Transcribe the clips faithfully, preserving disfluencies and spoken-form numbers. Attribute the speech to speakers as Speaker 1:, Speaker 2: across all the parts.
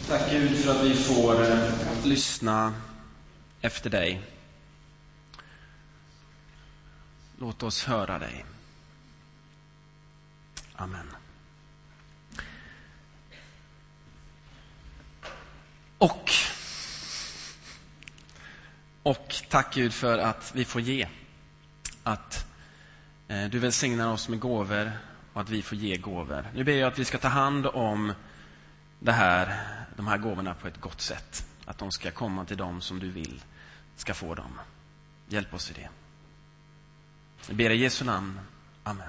Speaker 1: Tack Gud för att vi får eh, lyssna efter dig. Låt oss höra dig. Amen. Och och tack Gud för att vi får ge. Att eh, du välsignar oss med gåvor och att vi får ge gåvor. Nu ber jag att vi ska ta hand om det här, de här gåvorna på ett gott sätt. Att de ska komma till dem som du vill ska få dem. Hjälp oss i det. Jag ber i Jesu namn. Amen.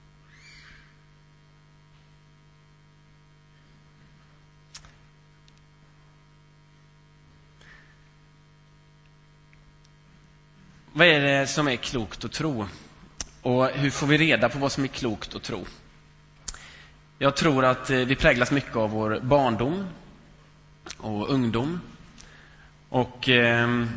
Speaker 1: Vad är det som är klokt att tro? Och hur får vi reda på vad som är klokt att tro? Jag tror att vi präglas mycket av vår barndom och ungdom. Och eh,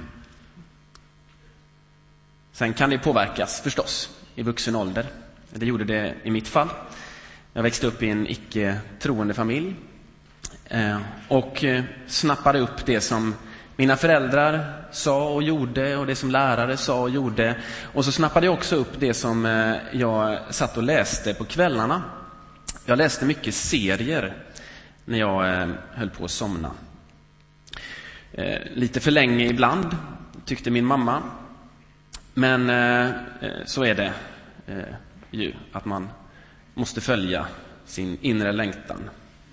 Speaker 1: sen kan det påverkas förstås i vuxen ålder. Det gjorde det i mitt fall. Jag växte upp i en icke-troende familj. Eh, och eh, snappade upp det som mina föräldrar sa och gjorde och det som lärare sa och gjorde. Och så snappade jag också upp det som eh, jag satt och läste på kvällarna. Jag läste mycket serier när jag eh, höll på att somna. Eh, lite för länge ibland, tyckte min mamma. Men eh, så är det eh, ju, att man måste följa sin inre längtan.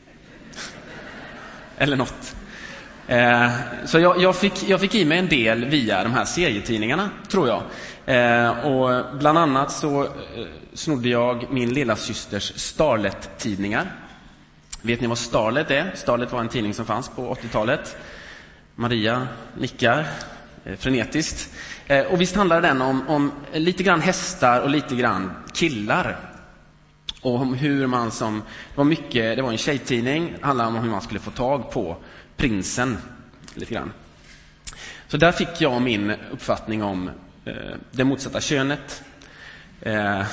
Speaker 1: Eller något. Eh, så jag, jag, fick, jag fick i mig en del via de här serietidningarna, tror jag. Eh, och bland annat så eh, snodde jag min lilla systers Starlet-tidningar. Vet ni vad Starlet är? Starlet var en tidning som fanns på åttiotalet. Maria nickar eh, frenetiskt. Eh, och visst handlade den om, om lite grann hästar och lite grann killar. Och om hur man som... Det var mycket, det var en tjejtidning. Det handlade om hur man skulle få tag på prinsen. Lite grann. Så där fick jag min uppfattning om eh, det motsatta könet. Eh,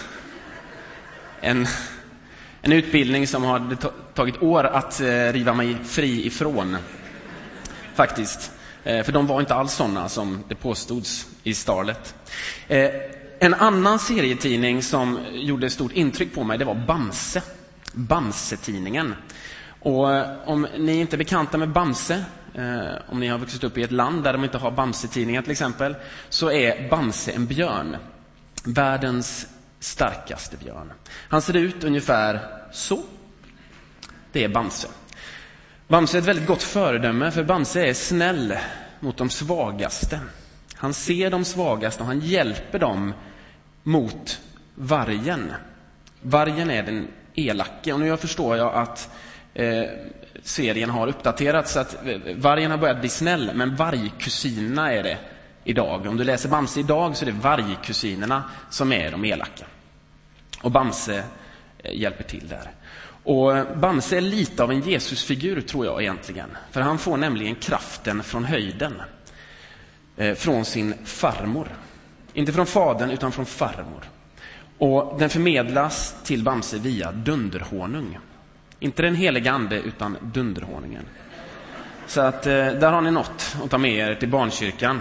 Speaker 1: en, en utbildning som har tagit år att eh, riva mig fri ifrån. Faktiskt. Eh, för de var inte alls sådana som det påstods i Starlet. Eh, en annan serietidning som gjorde stort intryck på mig, det var Bamse. Bamse-tidningen. Och eh, om ni inte är bekanta med Bamse, eh, om ni har vuxit upp i ett land där de inte har Bamse-tidningar till exempel, så är Bamse en björn. Världens starkaste björn. Han ser ut ungefär så. Det är Bamse. Bamse är ett väldigt gott föredöme, för Bamse är snäll mot de svagaste. Han ser de svagaste och han hjälper dem mot vargen. Vargen är den elake. Och nu förstår jag att eh, serien har uppdaterats så att vargen har börjat bli snäll, men vargkusinerna är det idag. Om du läser Bamse idag så är det vargkusinerna som är de elaka. Och Bamse eh, hjälper till där. Och Bamse är lite av en Jesusfigur, tror jag egentligen. För han får nämligen kraften från höjden. Eh, från sin farmor. Inte från fadern utan från farmor. Och den förmedlas till Bamse via dunderhonung. Inte den heliga ande utan dunderhonungen. Så att eh, där har ni något att ta med er till barnkyrkan.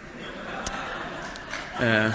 Speaker 1: Eh,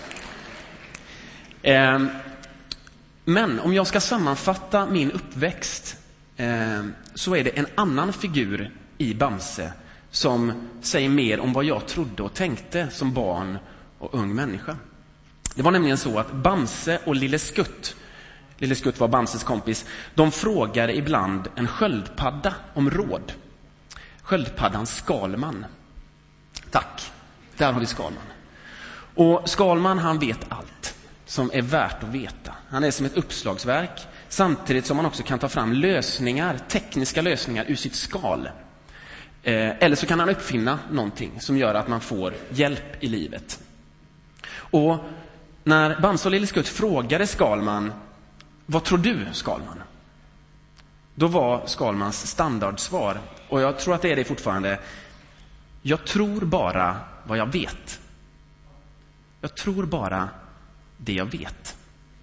Speaker 1: eh, men om jag ska sammanfatta min uppväxt eh, så är det en annan figur i Bamse som säger mer om vad jag trodde och tänkte som barn och ung människa. Det var nämligen så att Bamse och Lille Skutt, Lille Skutt var Bamses kompis, de frågade ibland en sköldpadda om råd. Sköldpaddan Skalman. Tack, där har vi Skalman. Och Skalman, han vet allt som är värt att veta. Han är som ett uppslagsverk, samtidigt som man också kan ta fram lösningar, tekniska lösningar ur sitt skal. Eh, eller så kan han uppfinna någonting som gör att man får hjälp i livet. Och när Bamse och Lille Skutt frågade Skalman, vad tror du, Skalman? Då var Skalmans standardsvar, och jag tror att det är det fortfarande, jag tror bara vad jag vet. Jag tror bara det jag vet.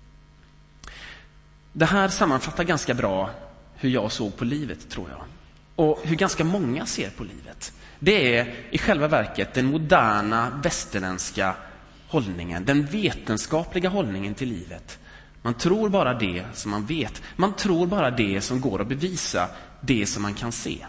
Speaker 1: Det här sammanfattar ganska bra hur jag såg på livet, tror jag. och hur ganska många ser på livet. Det är i själva verket den moderna västerländska hållningen, den vetenskapliga hållningen till livet. Man tror bara det som man vet. Man tror bara det som går att bevisa, det som man kan se.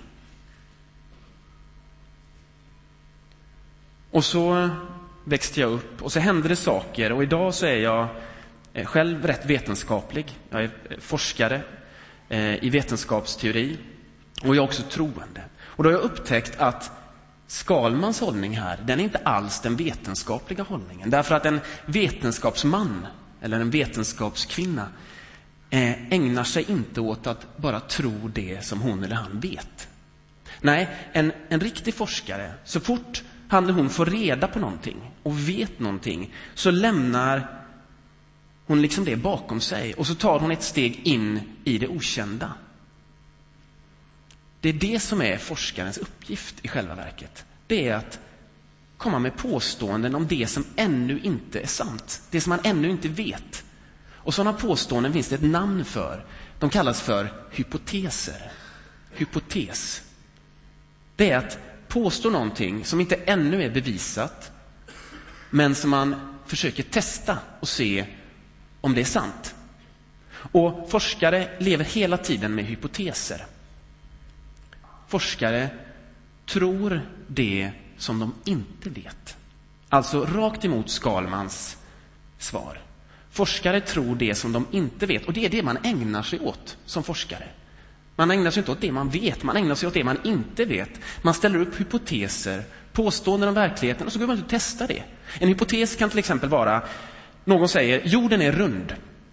Speaker 1: Och så växte jag upp och så hände det saker, och idag så är jag själv rätt vetenskaplig. Jag är forskare i vetenskapsteori och jag är också troende. Och då har jag upptäckt att Skalmans hållning här, den är inte alls den vetenskapliga hållningen. Därför att en vetenskapsman eller en vetenskapskvinna ägnar sig inte åt att bara tro det som hon eller han vet. Nej, en, en riktig forskare, så fort han eller hon får reda på någonting och vet någonting, så lämnar hon liksom det bakom sig och så tar hon ett steg in i det okända. Det är det som är forskarens uppgift i själva verket. Det är att komma med påståenden om det som ännu inte är sant. Det som man ännu inte vet. Och sådana påståenden finns det ett namn för. De kallas för hypoteser. Hypotes. Det är att påstå någonting som inte ännu är bevisat, men som man försöker testa och se om det är sant. Och forskare lever hela tiden med hypoteser. Forskare tror det som de inte vet. Alltså rakt emot Skalmans svar. Forskare tror det som de inte vet, och det är det man ägnar sig åt som forskare. Man ägnar sig inte åt det man vet, man ägnar sig åt det man inte vet. Man ställer upp hypoteser, påståenden om verkligheten, och så går man ut och testar det. En hypotes kan till exempel vara, någon säger jorden är rund.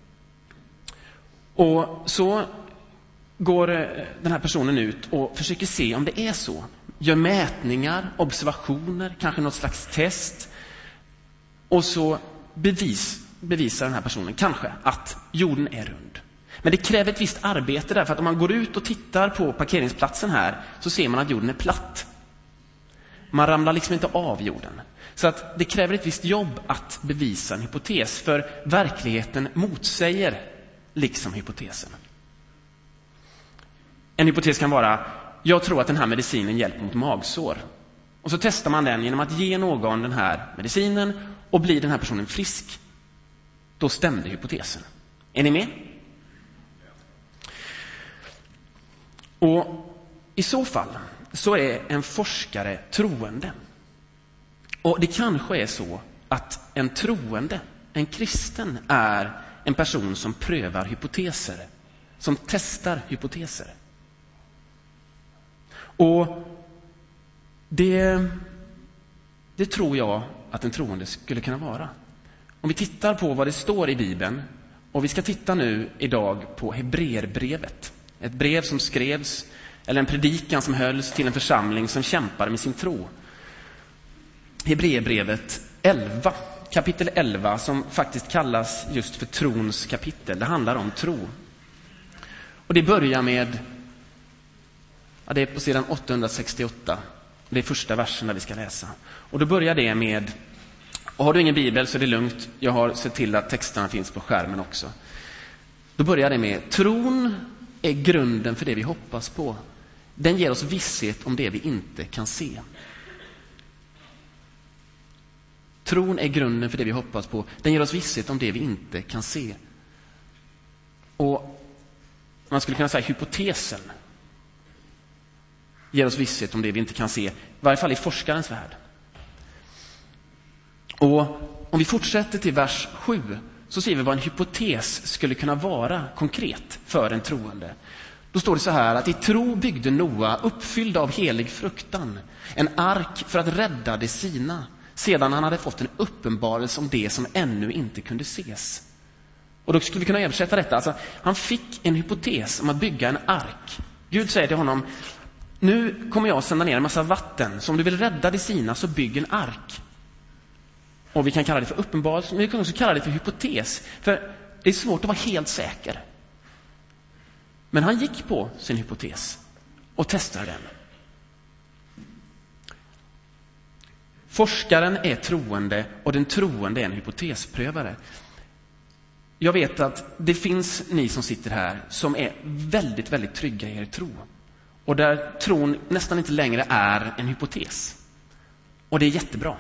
Speaker 1: Och så går den här personen ut och försöker se om det är så. Gör mätningar, observationer, kanske något slags test. Och så bevis, bevisar den här personen kanske att jorden är rund. Men det kräver ett visst arbete där, för att om man går ut och tittar på parkeringsplatsen här, så ser man att jorden är platt. Man ramlar liksom inte av jorden. Så att det kräver ett visst jobb att bevisa en hypotes, för verkligheten motsäger liksom hypotesen. En hypotes kan vara, jag tror att den här medicinen hjälper mot magsår. Och så testar man den genom att ge någon den här medicinen, och blir den här personen frisk. Då stämde hypotesen. Är ni med? Och i så fall så är en forskare troende. Och det kanske är så att en troende, en kristen, är en person som prövar hypoteser, som testar hypoteser. Och det, det tror jag att en troende skulle kunna vara. Om vi tittar på vad det står i Bibeln, och vi ska titta nu idag på Hebreerbrevet. Ett brev som skrevs, eller en predikan som hölls till en församling som kämpar med sin tro. Hebreerbrevet elva, kapitel elva, som faktiskt kallas just för trons kapitel. Det handlar om tro. Och det börjar med, ja, det är på sidan åttahundrasextioåtta. Det är första versen där vi ska läsa. Och då börjar det med, och har du ingen bibel så är det lugnt. Jag har sett till att texterna finns på skärmen också. Då börjar det med, tron är grunden för det vi hoppas på. Den ger oss visshet om det vi inte kan se. Tron är grunden för det vi hoppas på. Den ger oss visshet om det vi inte kan se. Och man skulle kunna säga hypotesen ger oss visshet om det vi inte kan se. I varje fall i forskarens värld. Och om vi fortsätter till vers sju, så ser vi vad en hypotes skulle kunna vara konkret för en troende. Då står det så här, att i tro byggde Noa, uppfylld av helig fruktan, en ark för att rädda det sina, sedan han hade fått en uppenbarelse om det som ännu inte kunde ses. Och då skulle vi kunna översätta detta. Alltså, han fick en hypotes om att bygga en ark. Gud säger till honom, nu kommer jag att sända ner en massa vatten, så om du vill rädda det sina så bygg en ark. Och vi kan kalla det för uppenbarelse, men vi kan också kalla det för hypotes. För det är svårt att vara helt säker. Men han gick på sin hypotes och testade den. Forskaren är troende och den troende är en hypotesprövare. Jag vet att det finns ni som sitter här som är väldigt, väldigt trygga i er tro. och där tron nästan inte längre är en hypotes. Och det är jättebra.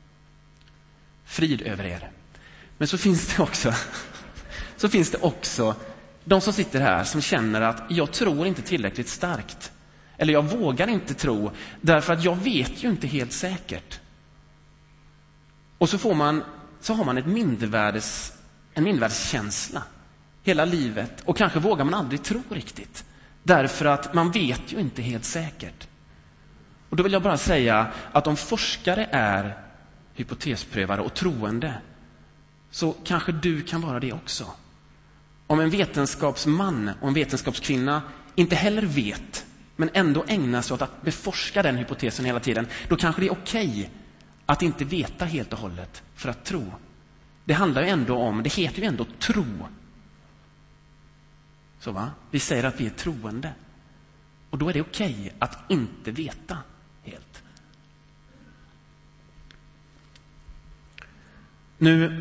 Speaker 1: Frid över er. Men så finns det också så finns det också de som sitter här som känner att jag tror inte tillräckligt starkt. Eller jag vågar inte tro därför att jag vet ju inte helt säkert. Och så får man så har man ett mindervärdes en mindervärdeskänsla hela livet, och kanske vågar man aldrig tro riktigt därför att man vet ju inte helt säkert. Och då vill jag bara säga att om forskare är hypotesprövare och troende, så kanske du kan vara det också. Om en vetenskapsman och en vetenskapskvinna inte heller vet, men ändå ägnar sig åt att beforska den hypotesen hela tiden, då kanske det är okej att inte veta helt och hållet för att tro. Det handlar ju ändå om, det heter ju ändå tro. Så va? Vi säger att vi är troende. Och då är det okej att inte veta helt. Nu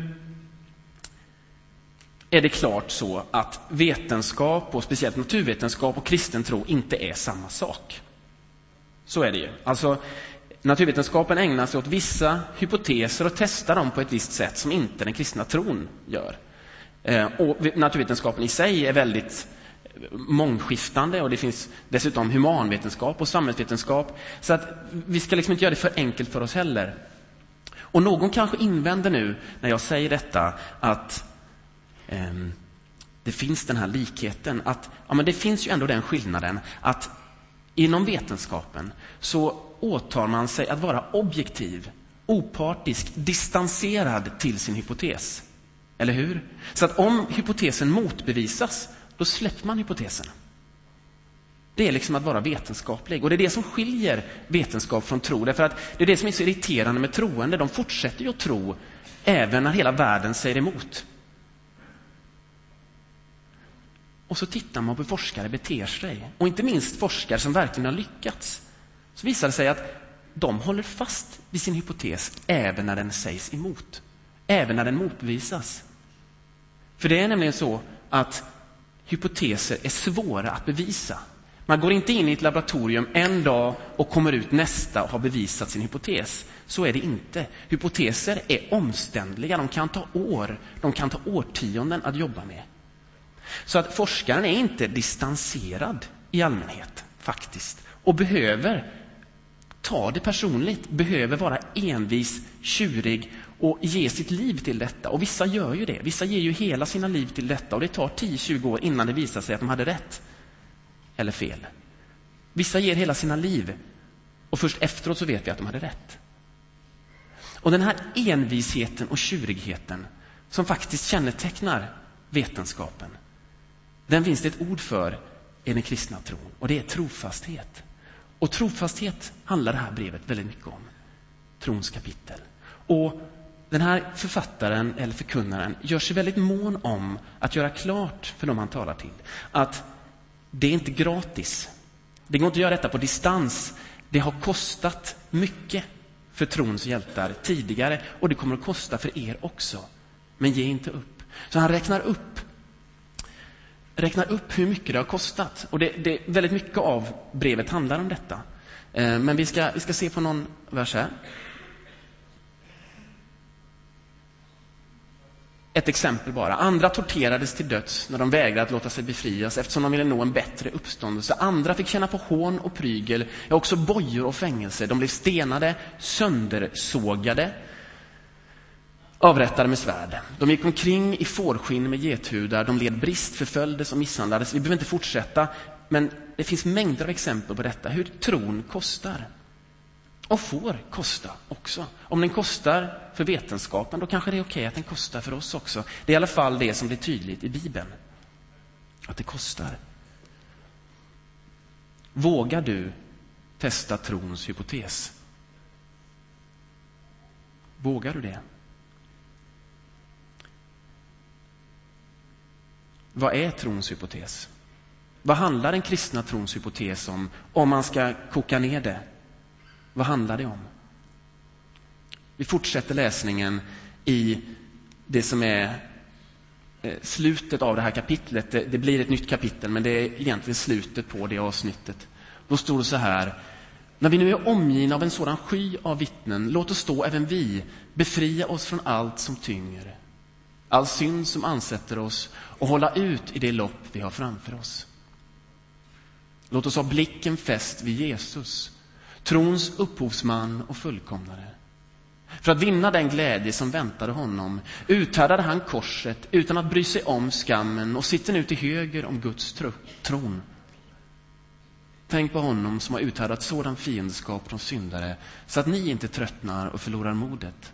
Speaker 1: är det klart så att vetenskap, och speciellt naturvetenskap och kristen tro, inte är samma sak. Så är det ju. Alltså, naturvetenskapen ägnar sig åt vissa hypoteser och testar dem på ett visst sätt som inte den kristna tron gör. Och naturvetenskapen i sig är väldigt mångskiftande, och det finns dessutom humanvetenskap och samhällsvetenskap. Så att vi ska liksom inte göra det för enkelt för oss heller. Och någon kanske invänder nu när jag säger detta att eh, det finns den här likheten. Att ja, men det finns ju ändå den skillnaden att inom vetenskapen så åtar man sig att vara objektiv, opartisk, distanserad till sin hypotes. Eller hur? Så att om hypotesen motbevisas, då släpper man hypotesen. Det är liksom att vara vetenskaplig. Och det är det som skiljer vetenskap från tro. Därför att det är det som är så irriterande med troende. De fortsätter ju att tro även när hela världen säger emot. Och så tittar man på hur forskare beter sig. Och inte minst forskare som verkligen har lyckats. Så visar det sig att de håller fast vid sin hypotes även när den sägs emot. Även när den motbevisas. För det är nämligen så att hypoteser är svåra att bevisa. Man går inte in i ett laboratorium en dag och kommer ut nästa och har bevisat sin hypotes. Så är det inte. Hypoteser är omständliga. De kan ta år. De kan ta årtionden att jobba med. Så att forskaren är inte distanserad i allmänhet faktiskt. Och behöver ta det personligt. Behöver vara envis, tjurig och ge sitt liv till detta. Och vissa gör ju det. Vissa ger ju hela sina liv till detta. Och det tar tio till tjugo år innan det visar sig att de hade rätt. Eller fel. Vissa ger hela sina liv. Och först efteråt så vet vi att de hade rätt. Och den här envisheten och tjurigheten som faktiskt kännetecknar vetenskapen, den finns det ett ord för i den kristna tron. Och det är trofasthet. Och trofasthet handlar det här brevet väldigt mycket om. Trons kapitel. Och den här författaren eller förkunnaren gör sig väldigt mån om att göra klart för dem han talar till att det är inte gratis. Det går inte att göra detta på distans. Det har kostat mycket för trons hjältar tidigare, och det kommer att kosta för er också. Men ge inte upp. Så han räknar upp räknar upp hur mycket det har kostat. Och det, det väldigt mycket av brevet handlar om detta. Eh, men vi ska, vi ska se på någon vers här. Ett exempel bara. Andra torterades till döds när de vägrade att låta sig befrias eftersom de ville nå en bättre uppståndelse. Andra fick känna på hån och prygel, ja också bojor och fängelse. De blev stenade, söndersågade, avrättade med svärd. De gick omkring i fårskinn med gethudar. De led brist, förföljdes och misshandlades. Vi behöver inte fortsätta, men det finns mängder av exempel på detta. Hur tron kostar. Och får kosta också. Om den kostar för vetenskapen, då kanske det är okej att den kostar för oss också. Det är i alla fall det som blir tydligt i Bibeln. Att det kostar. Vågar du testa trons hypotes? Vågar du det? Vad är trons hypotes? Vad handlar den kristna trons hypotes om? Om man ska koka ner det. Vad handlar det om? Vi fortsätter läsningen i det som är slutet av det här kapitlet. Det, det blir ett nytt kapitel, men det är egentligen slutet på det avsnittet. Då står det så här: när vi nu är omgivna av en sådan sky av vittnen, låt oss då även vi befria oss från allt som tynger, all synd som ansätter oss, och hålla ut i det lopp vi har framför oss. Låt oss ha blicken fäst vid Jesus, trons upphovsman och fullkomnare. För att vinna den glädje som väntade honom uthärdade han korset utan att bry sig om skammen och sitter nu till höger om Guds tro- tron. Tänk på honom som har uthärdat sådan fiendskap från syndare, så att ni inte tröttnar och förlorar modet.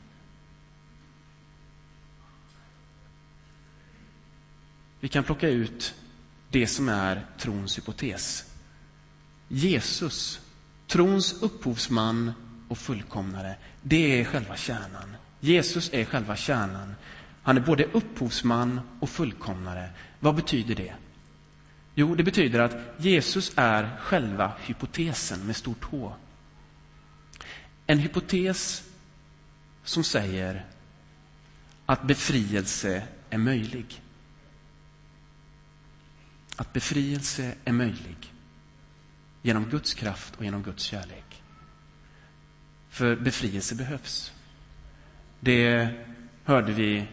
Speaker 1: Vi kan plocka ut det som är trons hypotes. Jesus, trons upphovsman och fullkomnare, det är själva kärnan. Jesus är själva kärnan. Han är både upphovsman och fullkomnare. Vad betyder det? Jo, det betyder att Jesus är själva hypotesen med stort H. En hypotes som säger att befrielse är möjlig. Att befrielse är möjlig genom Guds kraft och genom Guds kärlek. För befrielse behövs. Det hörde vi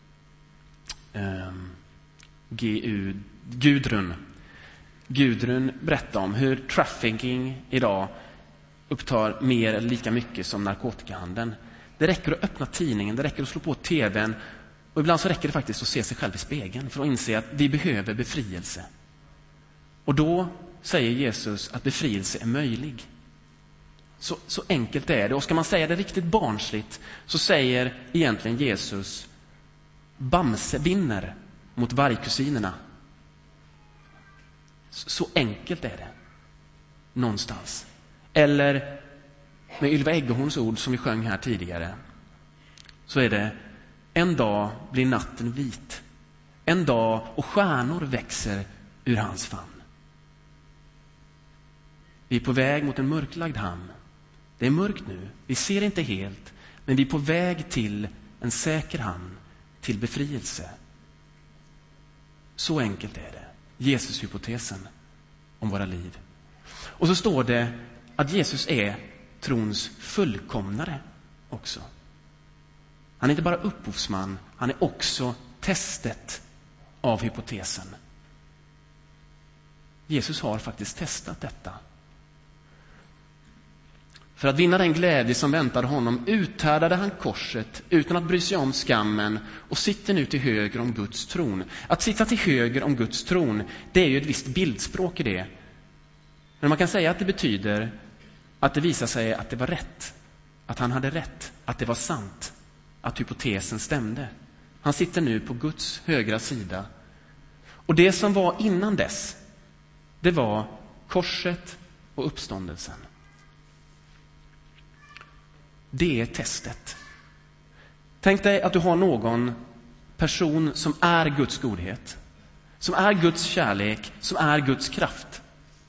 Speaker 1: um, G U, Gudrun. Gudrun berättade om hur trafficking idag upptar mer eller lika mycket som narkotikahandeln. Det räcker att öppna tidningen, det räcker att slå på tvn, och ibland så räcker det faktiskt att se sig själv i spegeln för att inse att vi behöver befrielse. Och då säger Jesus att befrielse är möjlig. Så, så enkelt är det. Och ska man säga det riktigt barnsligt, så säger egentligen Jesus: Bamse vinner mot vargkusinerna. Så, så enkelt är det. Någonstans. Eller med Ylva Eggehorns ord som vi sjöng här tidigare, så är det: en dag blir natten vit. En dag och stjärnor växer ur hans famn. Vi är på väg mot en mörklagd hamn. Det är mörkt nu, vi ser inte helt, men vi är på väg till en säker hamn, till befrielse. Så enkelt är det. Jesus-hypotesen om våra liv. Och så står det att Jesus är trons fullkomnare också. Han är inte bara upphovsman, han är också testet av hypotesen. Jesus har faktiskt testat detta. För att vinna den glädje som väntade honom uthärdade han korset utan att bry sig om skammen och sitter nu till höger om Guds tron. Att sitta till höger om Guds tron, det är ju ett visst bildspråk i det. Men man kan säga att det betyder att det visar sig att det var rätt. Att han hade rätt, att det var sant, att hypotesen stämde. Han sitter nu på Guds högra sida. Och det som var innan dess, det var korset och uppståndelsen. Det är testet. Tänk dig att du har någon person som är Guds godhet, som är Guds kärlek, som är Guds kraft.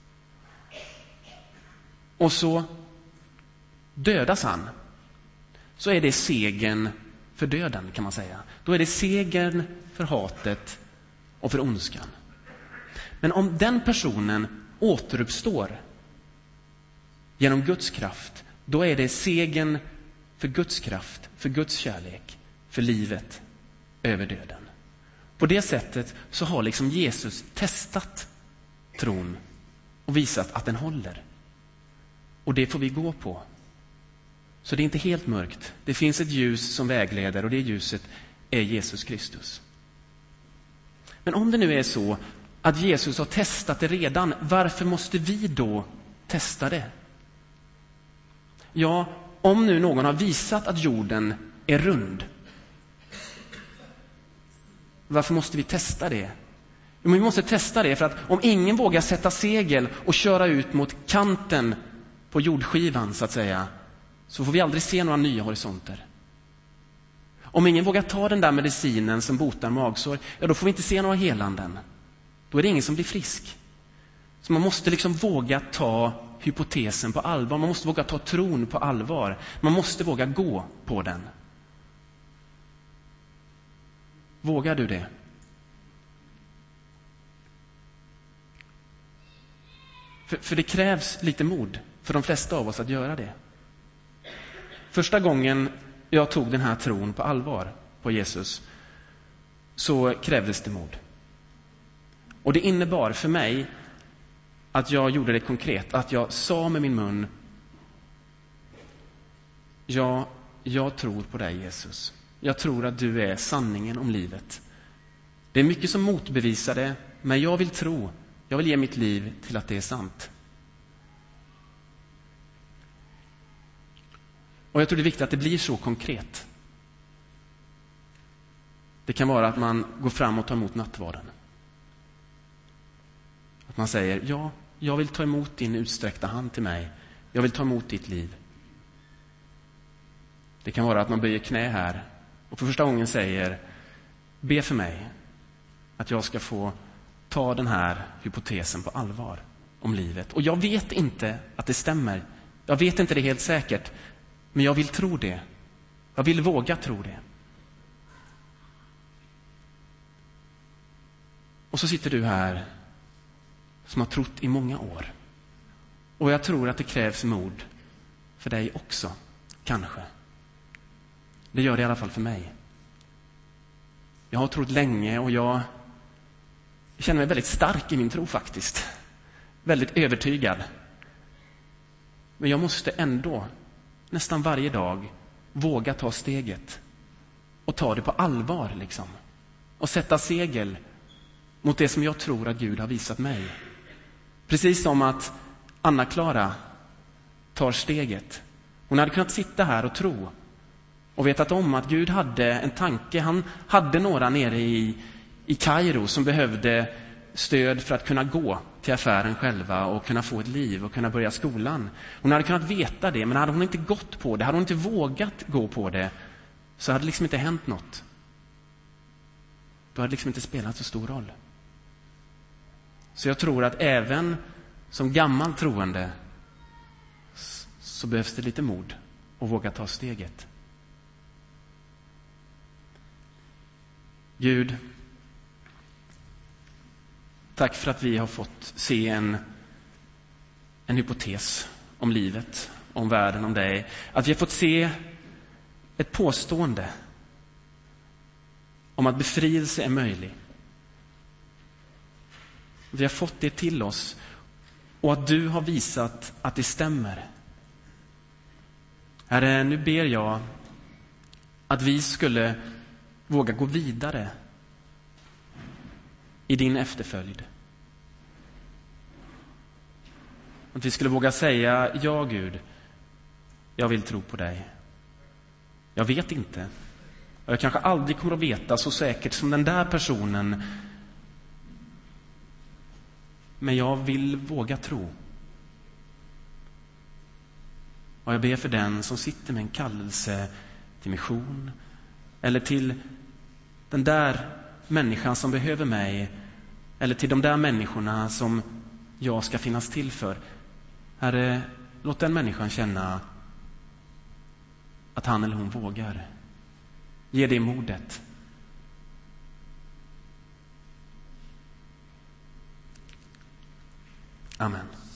Speaker 1: Och så dödas han. Så är det segern för döden, kan man säga. Då är det segern för hatet och för ondskan. Men om den personen återuppstår genom Guds kraft, då är det segern för Guds kraft, för Guds kärlek, för livet över döden. På det sättet så har liksom Jesus testat tron och visat att den håller. Och det får vi gå på. Så det är inte helt mörkt. Det finns ett ljus som vägleder, och det ljuset är Jesus Kristus. Men om det nu är så att Jesus har testat det redan, varför måste vi då testa det? Ja, om nu någon har visat att jorden är rund, varför måste vi testa det? Jo, vi måste testa det för att om ingen vågar sätta segel och köra ut mot kanten på jordskivan, så att säga, så får vi aldrig se några nya horisonter. Om ingen vågar ta den där medicinen som botar magsår, ja, då får vi inte se några helanden. Då är det ingen som blir frisk. Så man måste liksom våga ta hypotesen på allvar. Man måste våga ta tron på allvar. Man måste våga gå på den. Vågar du det? För, för det krävs lite mod för de flesta av oss att göra det. Första gången jag tog den här tron på allvar på Jesus så krävdes det mod. Och det innebar för mig att jag gjorde det konkret. Att jag sa med min mun: ja, jag tror på dig Jesus. Jag tror att du är sanningen om livet. Det är mycket som motbevisar det, men jag vill tro. Jag vill ge mitt liv till att det är sant. Och jag tror det är viktigt att det blir så konkret. Det kan vara att man går fram och tar emot nattvarden. Att man säger: ja, jag vill ta emot din utsträckta hand till mig. Jag vill ta emot ditt liv. Det kan vara att man böjer knä här och för första gången säger: be för mig att jag ska få ta den här hypotesen på allvar om livet. Och jag vet inte att det stämmer. Jag vet inte det helt säkert. Men jag vill tro det. Jag vill våga tro det. Och så sitter du här som har trott i många år. Och jag tror att det krävs mod för dig också, kanske. Det gör det i alla fall för mig. Jag har trott länge och jag känner mig väldigt stark i min tro faktiskt. Väldigt övertygad. Men jag måste ändå nästan varje dag våga ta steget och ta det på allvar liksom. Och sätta segel mot det som jag tror att Gud har visat mig. Precis som att Anna-Klara tar steget. Hon hade kunnat sitta här och tro och vetat om att Gud hade en tanke. Han hade några nere i, i Kairo som behövde stöd för att kunna gå till affären själva och kunna få ett liv och kunna börja skolan. Hon hade kunnat veta det, men hade hon inte gått på det, hade hon inte vågat gå på det, så hade det liksom inte hänt något. Då hade det liksom inte spelat så stor roll. Så jag tror att även som gammal troende så behövs det lite mod och våga ta steget. Gud, tack för att vi har fått se en, en hypotes om livet, om världen, om dig. Att vi har fått se ett påstående om att befrielse är möjlig. Vi har fått det till oss och att du har visat att det stämmer. Herre, nu ber jag att vi skulle våga gå vidare i din efterföljd. Att vi skulle våga säga: ja Gud, jag vill tro på dig. Jag vet inte. Och jag kanske aldrig kommer att veta så säkert som den där personen. Men jag vill våga tro. Och jag ber för den som sitter med en kallelse till mission. Eller till den där människan som behöver mig. Eller till de där människorna som jag ska finnas till för. Herre, låt den människan känna att han eller hon vågar. Ge det modet. Amen.